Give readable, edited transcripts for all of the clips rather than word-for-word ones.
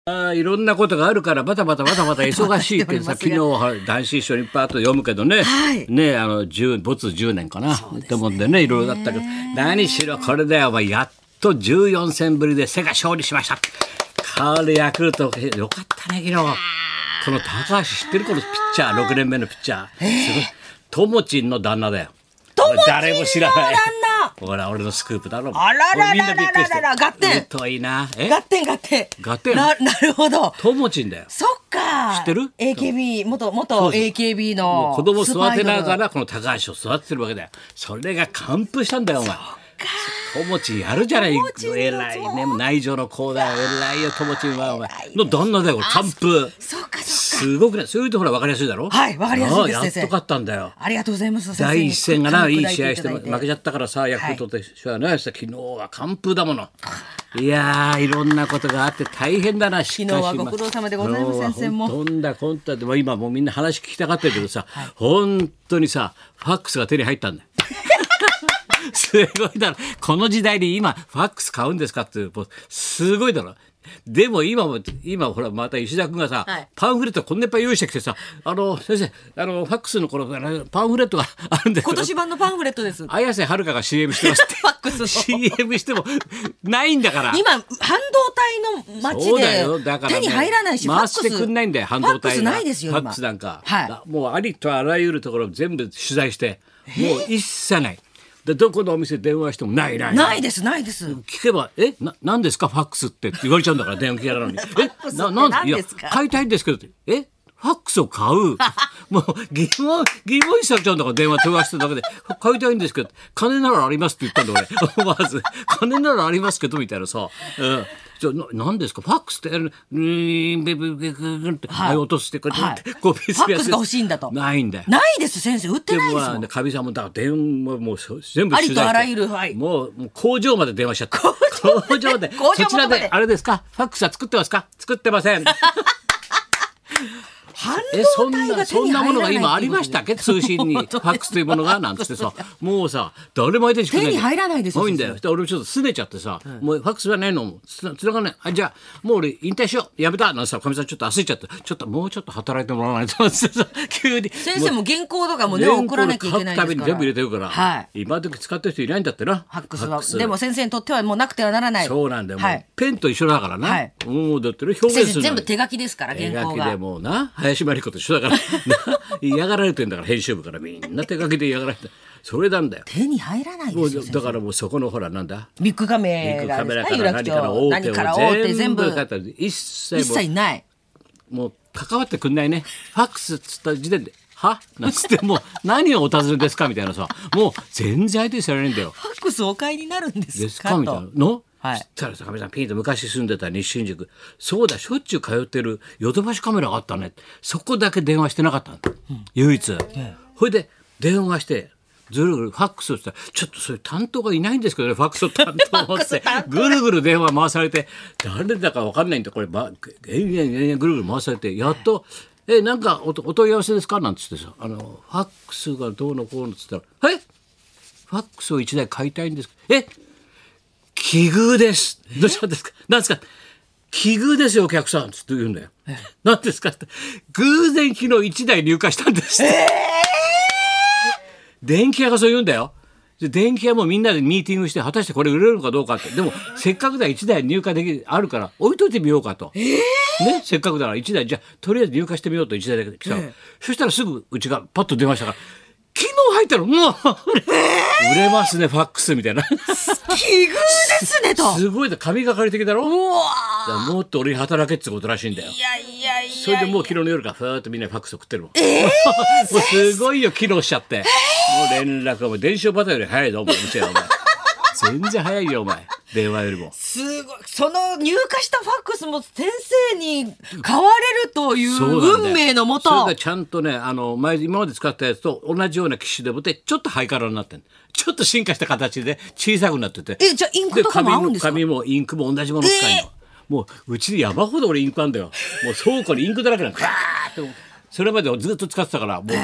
いろんなことがあるからバタバタ忙しいってさ、昨日男子一緒にパーッと読むけどね、ね没10年かなって思うんでね、いろいろだったけど、何しろこれだよ、やっと14戦ぶりでセガ勝利しました。これヤクルトよかったね昨日。この高橋知ってる？このピッチャー、6年目のピッチャー、すごい。ともちんの旦那だよ。誰も知らない。ほら俺のスクープだろ。 あらららららら、合点。 といいな。 合点。なるほど。 ともちんだよ。 そっか。 知ってる？ AKB 元 AKB の子供育てながらこの高橋を育ててるわけだよ。それが完封したんだよお前。ともちんやるじゃない。偉いね。内情の子だよ。偉いよともちんはお前の旦那だよこれ。完封。すごくね。そういうとほら分かりやすいだろ。 はい、分かりやすいです。 やっと勝ったんだよ。 ありがとうございます。 第一戦がないい試合して負けちゃったからさ、ヤクルトと一緒はね、昨日は完封だもの。いやー、いろんなことがあって大変だな。 昨日はご苦労様でございます。先生も本当だ今もうみんな話聞きたがってるけどさ、本当にさファックスが手に入ったんだよ。すごいだろ。この時代に今ファックス買うんですかっていうすごいだろ。でも今ほらまた石田君がさ、パンフレットこんないっぱい用意してきてさ、先生ファックスのパンフレットがあるんだけど、 今年版のパンフレットです。 綾瀬はるかが CM してますって。 ファックスの CM してもないんだから。 今半導体の街で手に入らないし、 回してくんないんだよ半導体が。 ファックスないですよ今。 ファックスなんか、もうありとあらゆるところ全部取材して、もう一切ない。でどこのお店電話してもないです。聞けば何ですかファックスって言われちゃうんだから電話聞かれるのに何ですか。 買いたいんですけどってファックスを買うもう疑問視されちゃうんだから電話通話してるだけで買いたいんですけど金ならありますって言ったんだ俺まず金ならありますけどみたいなさ、じゃあ何ですかファックスって落としてこうやってコピーするやつ。 ファックスが欲しいんだと。 ないんだよ。 ないです先生、売ってないですもん。 かみさんもだから電話もう全部ありとあらゆる、 もう工場まで電話しちゃった。工場でそちらであれですかファックスは作ってますか？作ってません。そんなものが今ありましたっけ通信にファックスというものがなんつってさ、もうさ誰も相手にしてくれない。 手に入らないですよ。 多いんだよ。俺もちょっと拗ねちゃってさ、もうファックスはないのつながない。じゃあもう俺引退しようやめたなんてさ、かみさんちょっと焦っちゃってもうちょっと働いてもらわないと思ってさ、急に先生も原稿とかもね送らなきゃいけないですから。 書くたびに全部入れてるから、今時使ってる人いないんだってなファックスは。でも先生にとってはもうなくてはならない。 そうなんだよ。ペンと一緒だからな。もうだってね表現する全部手書きですから原稿が。 手書きでもうな林真理子と一緒だから嫌がられてんだから編集部からみんな手書きで嫌がられて、それなんだよ。 手に入らないですよ。 だからもうそこのほらなんだビッグカメラから何から大手全部一切ない。 もう関わってくんないね。ファックスっつった時点ではなんつってもう何をお尋ねですかみたいなさ、もう全然相手にされないんだよ。 ファックスお買いになるんですかみたいなの。そしたら坂上さんピンと昔住んでた日新宿、そうだしょっちゅう通ってるヨドバシカメラがあったね。そこだけ電話してなかったんだ、唯一。ほいで電話してずるぐるファックスをしたらちょっとそういう担当がいないんですけどね、ファックスを担当ってぐるぐる電話回されて誰だか分かんないんだこれぐるぐる回されてやっとなんかお問い合わせですかなんつってさ、ファックスがどうのこうのっつったらファックスを1台買いたいんです。奇遇です。どうしたんですか。なんですか。奇遇ですよお客さんつって言うんだよ。なんですかって。偶然昨日1台入荷したんです。電気屋がそう言うんだよ。電気屋もみんなでミーティングして果たしてこれ売れるのかどうかって。でもせっかくだ1台入荷できるあるから置いといてみようかと。ね、せっかくだから1台じゃあとりあえず入荷してみようと1台だけ来たの。そしたらすぐうちがパッと出ましたから。昨日入ったのもう売れますねファックスみたいな。 奇遇ですねと。 すごいだ神がかり的だろ。 うわもっと俺に働けってことらしいんだよ。 いやそれでもう昨日の夜からふーっとみんなファックス送ってるもん。もうすごいよ機能しちゃって、もう連絡がもう電子バタより早いぞお前。お前全然早いよお前電話よりも。 すごい。その入荷したファックスも先生に買われるという運命のもと。 それがちゃんとね今まで使ったやつと同じような機種でもってちょっとハイカラになってる。ちょっと進化した形で小さくなってて。 じゃあインクとかも合うんですか。 紙もインクも同じもの使えるの。もううちで山ほど俺インクあんだよ。もう倉庫にインクだらけなの。それまでずっと使ってたからもう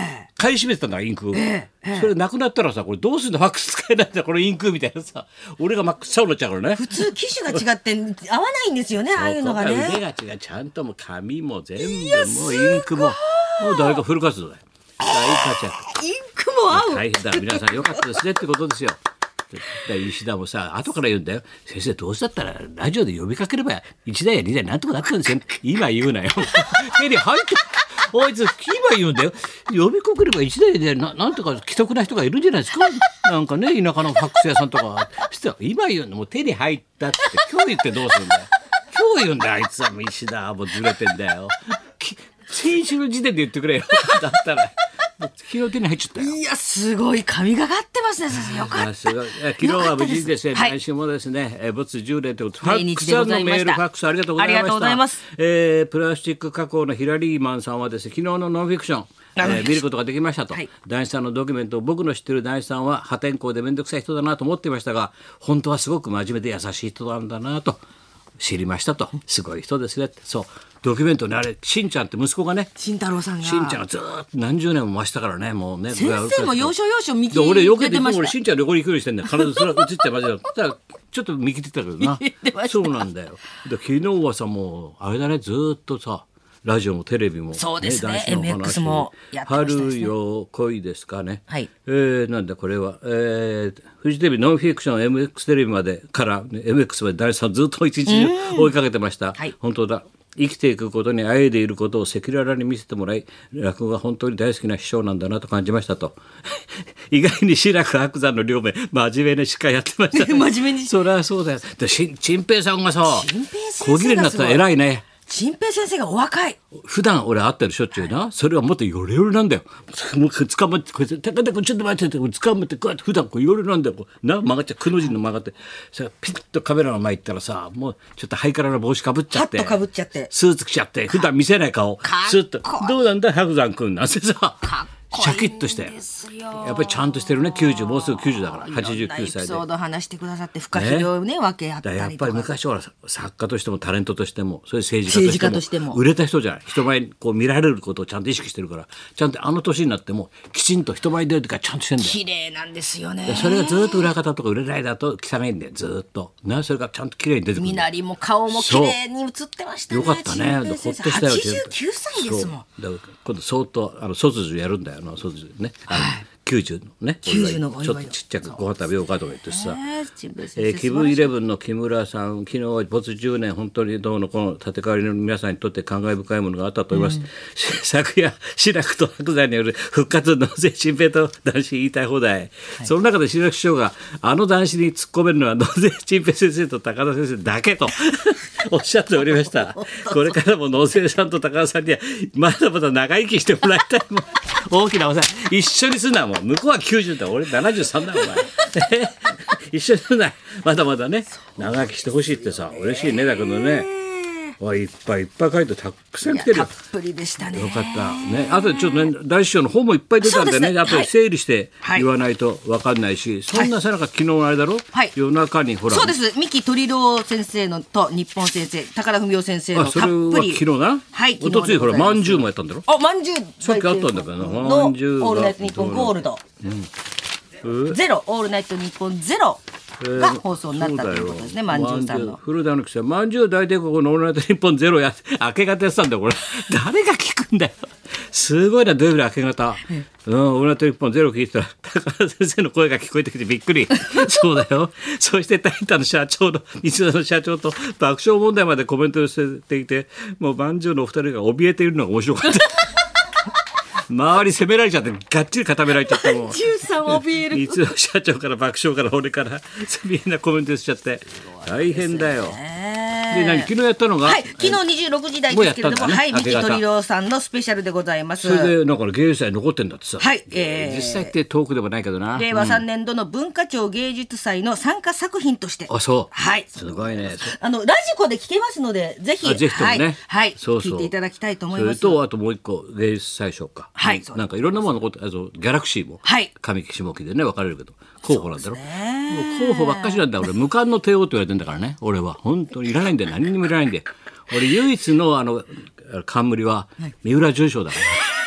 買い占めてたんだインク、それなくなったらさこれどうするんだファックス使えないんだこのインクみたいなさ俺が真っ青になっちゃうからね。 普通機種が違って合わないんですよね、ああいうのがね。 腕が違う、ちゃんともう紙も全部もうインクもう誰かフル活動だよ。大活躍。 インクも合う。 大変だ皆さんよかったですねってことですよ。石田もさ後から言うんだよ。先生どうせだったらラジオで呼びかければ1台や2台なんとかなったんですよ。今言うなよ。手に入ってあいつ今言うんだよ。呼びかければ1台でなんとか既得な人がいるんじゃないですか。なんかね田舎のファックス屋さんとかして今言うのもう手に入ったって今日言ってどうするんだよ。今日言うんだよあいつはもう石田もうずれてんだよ。先週の時点で言ってくれよ。だったら。昨日手に入っちゃったよ。 いやすごい神がかってますね。先生よかった。 昨日は無事ですね。来週もですね、没10年ということで、ファックスさんのメールファックスありがとうございました。 ありがとうございます。 プラスチック加工のヒラリーマンさんはですね、昨日のノンフィクション、見ることができましたと。男子さんのドキュメントを僕の知ってる男子さんは破天荒で面倒くさい人だなと思っていましたが、本当はすごく真面目で優しい人なんだなと知りましたと。すごい人ですねって。そうドキュメントねあれしんちゃんって息子がね慎太郎さんがしんちゃんがずっと何十年も増したからねもうね先生も要所要所見切り俺よく出てました。 俺しんちゃん旅行に行くようにしてんだよ。必ずそれは映ってましたよ。ただちょっと見切ってたけどな。そうなんだよ。で昨日はさもうあれだねずっとさラジオもテレビも、 そうですね、 男子の話 MX もやってましたですね。 春よ恋ですかね、 はいなんだこれは、フジテレビノンフィクション MX テレビまでから、ね、MX まで男子さんずっと一日中追いかけてました、 はい、 本当だ生きていくことにあえいでいることを赤裸々に見せてもらい落語が本当に大好きな師匠なんだなと感じましたと。意外に志らく白山の両名真面目に司会やってました、ね、 真面目にそりゃそうだよ。で陳平さんがさ小切れになったら偉いね。 陳平先生がお若い。 普段俺会ってるしょっちゅうな、それはもっとヨレヨレなんだよ。もう捕まってこうやって高田君ちょっと待ってって捕まってこうやって普段こうヨレなんだよ。こうな曲がっちゃうくの字の曲がってさピッとカメラの前行ったらさもうちょっとハイカラな帽子かぶっちゃってハッとかぶっちゃってスーツ着ちゃって普段見せない顔スッとどうなんだ白山君なんてさシャキッとしてやっぱりちゃんとしてるね。90もうすぐ90だから89歳でエピソード話してくださってフカヒレをね分け合ったりとか。 やっぱり昔ほら作家としてもタレントとしてもそれ政治家としても売れた人じゃない。人前にこう見られることをちゃんと意識してるからちゃんとあの年になってもきちんと人前に出るときはちゃんとしてんだよ。 綺麗なんですよね。 それがずっと裏方とか売れないだと汚いんだよずっとな。それがちゃんと綺麗に出てくる。 身なりも顔も綺麗に映ってましたね。 よかったね。ほっとしたよ。 89歳ですもん。 今度相当卒業やるんだよ卒業ね。90のね 90のちょっとちっちゃくご飯食べようかとか言ってさ、気分イ 11の木村さん昨日は没10年本当にどうのこの立て替わりの皆さんにとって感慨深いものがあったと思います、昨夜志らくと白山による復活の納税新平と男子言いたい放題、その中で志らく師匠があの男子に突っ込めるのは納税新平先生と高田先生だけとおっしゃっておりました。これからも納税さんと高田さんにはまだまだ長生きしてもらいたいもん大きなお世話一緒にすんなもう向こうは90だ俺73だお前一緒にすんなまだまだね長生きしてほしいってさ嬉しいね。だけどねいっぱい書いてたくさん来てるよ。 たっぷりでしたね。 よかったね。あとでちょっとね大師匠の本もいっぱい出たんでねあとで整理して言わないと分かんないし、そんなさなか昨日のあれだろ、夜中にほらそうです三木鳥郎先生のと日本先生高田文夫先生のたっぷり。 それは昨日な。 はいおとついほらまんじゅうもやったんだろ。 まんじゅうさっきあったんだけどなまんじゅうのオールナイトニッポンゴールドゼロオールナイトニッポンゼロが放送になったということですね。まんじゅうさんの古田の記者まんじゅう大帝国のオールナイトニッポンゼロ明け方やってたんだよこれ誰が聞くんだよすごいな土曜日の明け方、オールナイトニッポンゼロ聞いてたら高田先生の声が聞こえてきてびっくりそうだよ。そしてタイタの社長の日大の社長と爆笑問題までコメントをしていてもうまんじゅうのお二人が怯えているのが面白かった周り攻められちゃってがっちり固められちゃってもう 13怯える日大社長から爆笑から俺からみんなコメントしちゃって大変だよ。で昨日やったのが、 昨日26時台ですけれども、三木鳥郎さんのスペシャルでございます。 それでなんか芸術祭残ってんだってさ、 実際って遠くでもないけどな。 令和3年度の文化庁芸術祭の参加作品として、 すごいね。 ラジコで聞けますのでぜひともね、 聞いていただきたいと思います。 それとあともう一個芸術祭賞か、なんかいろんなもの残ってギャラクシーも上木下木でね分かれるけど候補なんだろ。もう候補ばっかしなんだ俺無冠の帝王って言われてんだからね。俺は本当にいらないんだよ何にもいらないんで。俺唯一の冠は三浦淳賞だから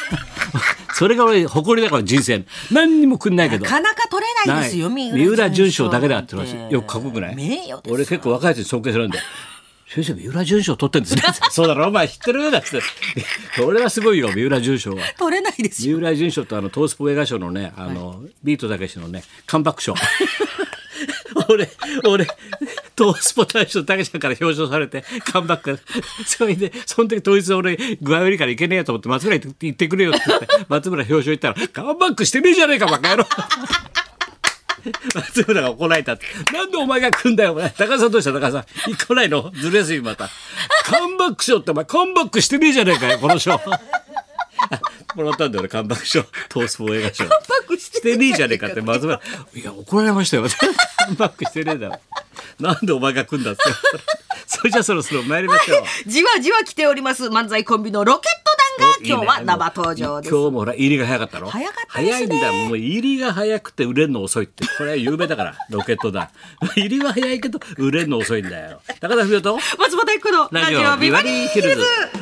それが俺誇りだから人生何にもくんないけどなかなか取れないですよ。 三浦淳賞だけだって話よくかっこよくない？ 名誉です。 俺結構若い人に尊敬するんで先生三浦淳賞取ってんですねそうだろお前知ってるだっつって俺はすごいよ三浦淳賞は。 取れないですよ。 三浦淳賞とトースポ映画賞のねビートたけしのねカムバック賞俺トースポ大賞たけしから表彰されてカムバックそれでその時当日俺具合悪いから行けねえやと思って松村行ってくれよって言って松村表彰行ったらカムバックしてねえじゃねえかバカ野郎松村が怒られたって。なんでお前が来んだよお前。高橋さんどうした高橋さん来ないのずる休みまたカムバック賞ってお前カムバックしてねえじゃねえかよこの賞もらったんだよ俺カムバック賞トースポ映画賞してねえじゃねえかって松村いや怒られましたよカムバックしてねえだろなんでお前が来んだってそれじゃそろそろ参りましょう。 じわじわ来ております漫才コンビのロケット団が今日は生登場です。 今日もほら入りが早かったろ。 早かったですね。 早いんだもう入りが早くて売れるの遅いってこれは有名だからロケット団入りは早いけど売れるの遅いんだよ。高田文夫と松本明子のラジオビバリーヒルズ。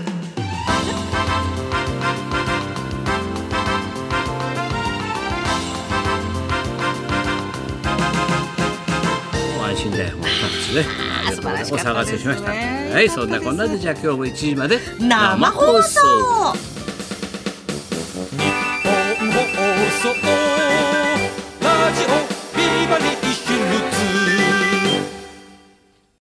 安心だよもうですね。 素晴らしかったですね。 お騒がせしました。はいそんなこんなでじゃあ今日も1時まで生放送。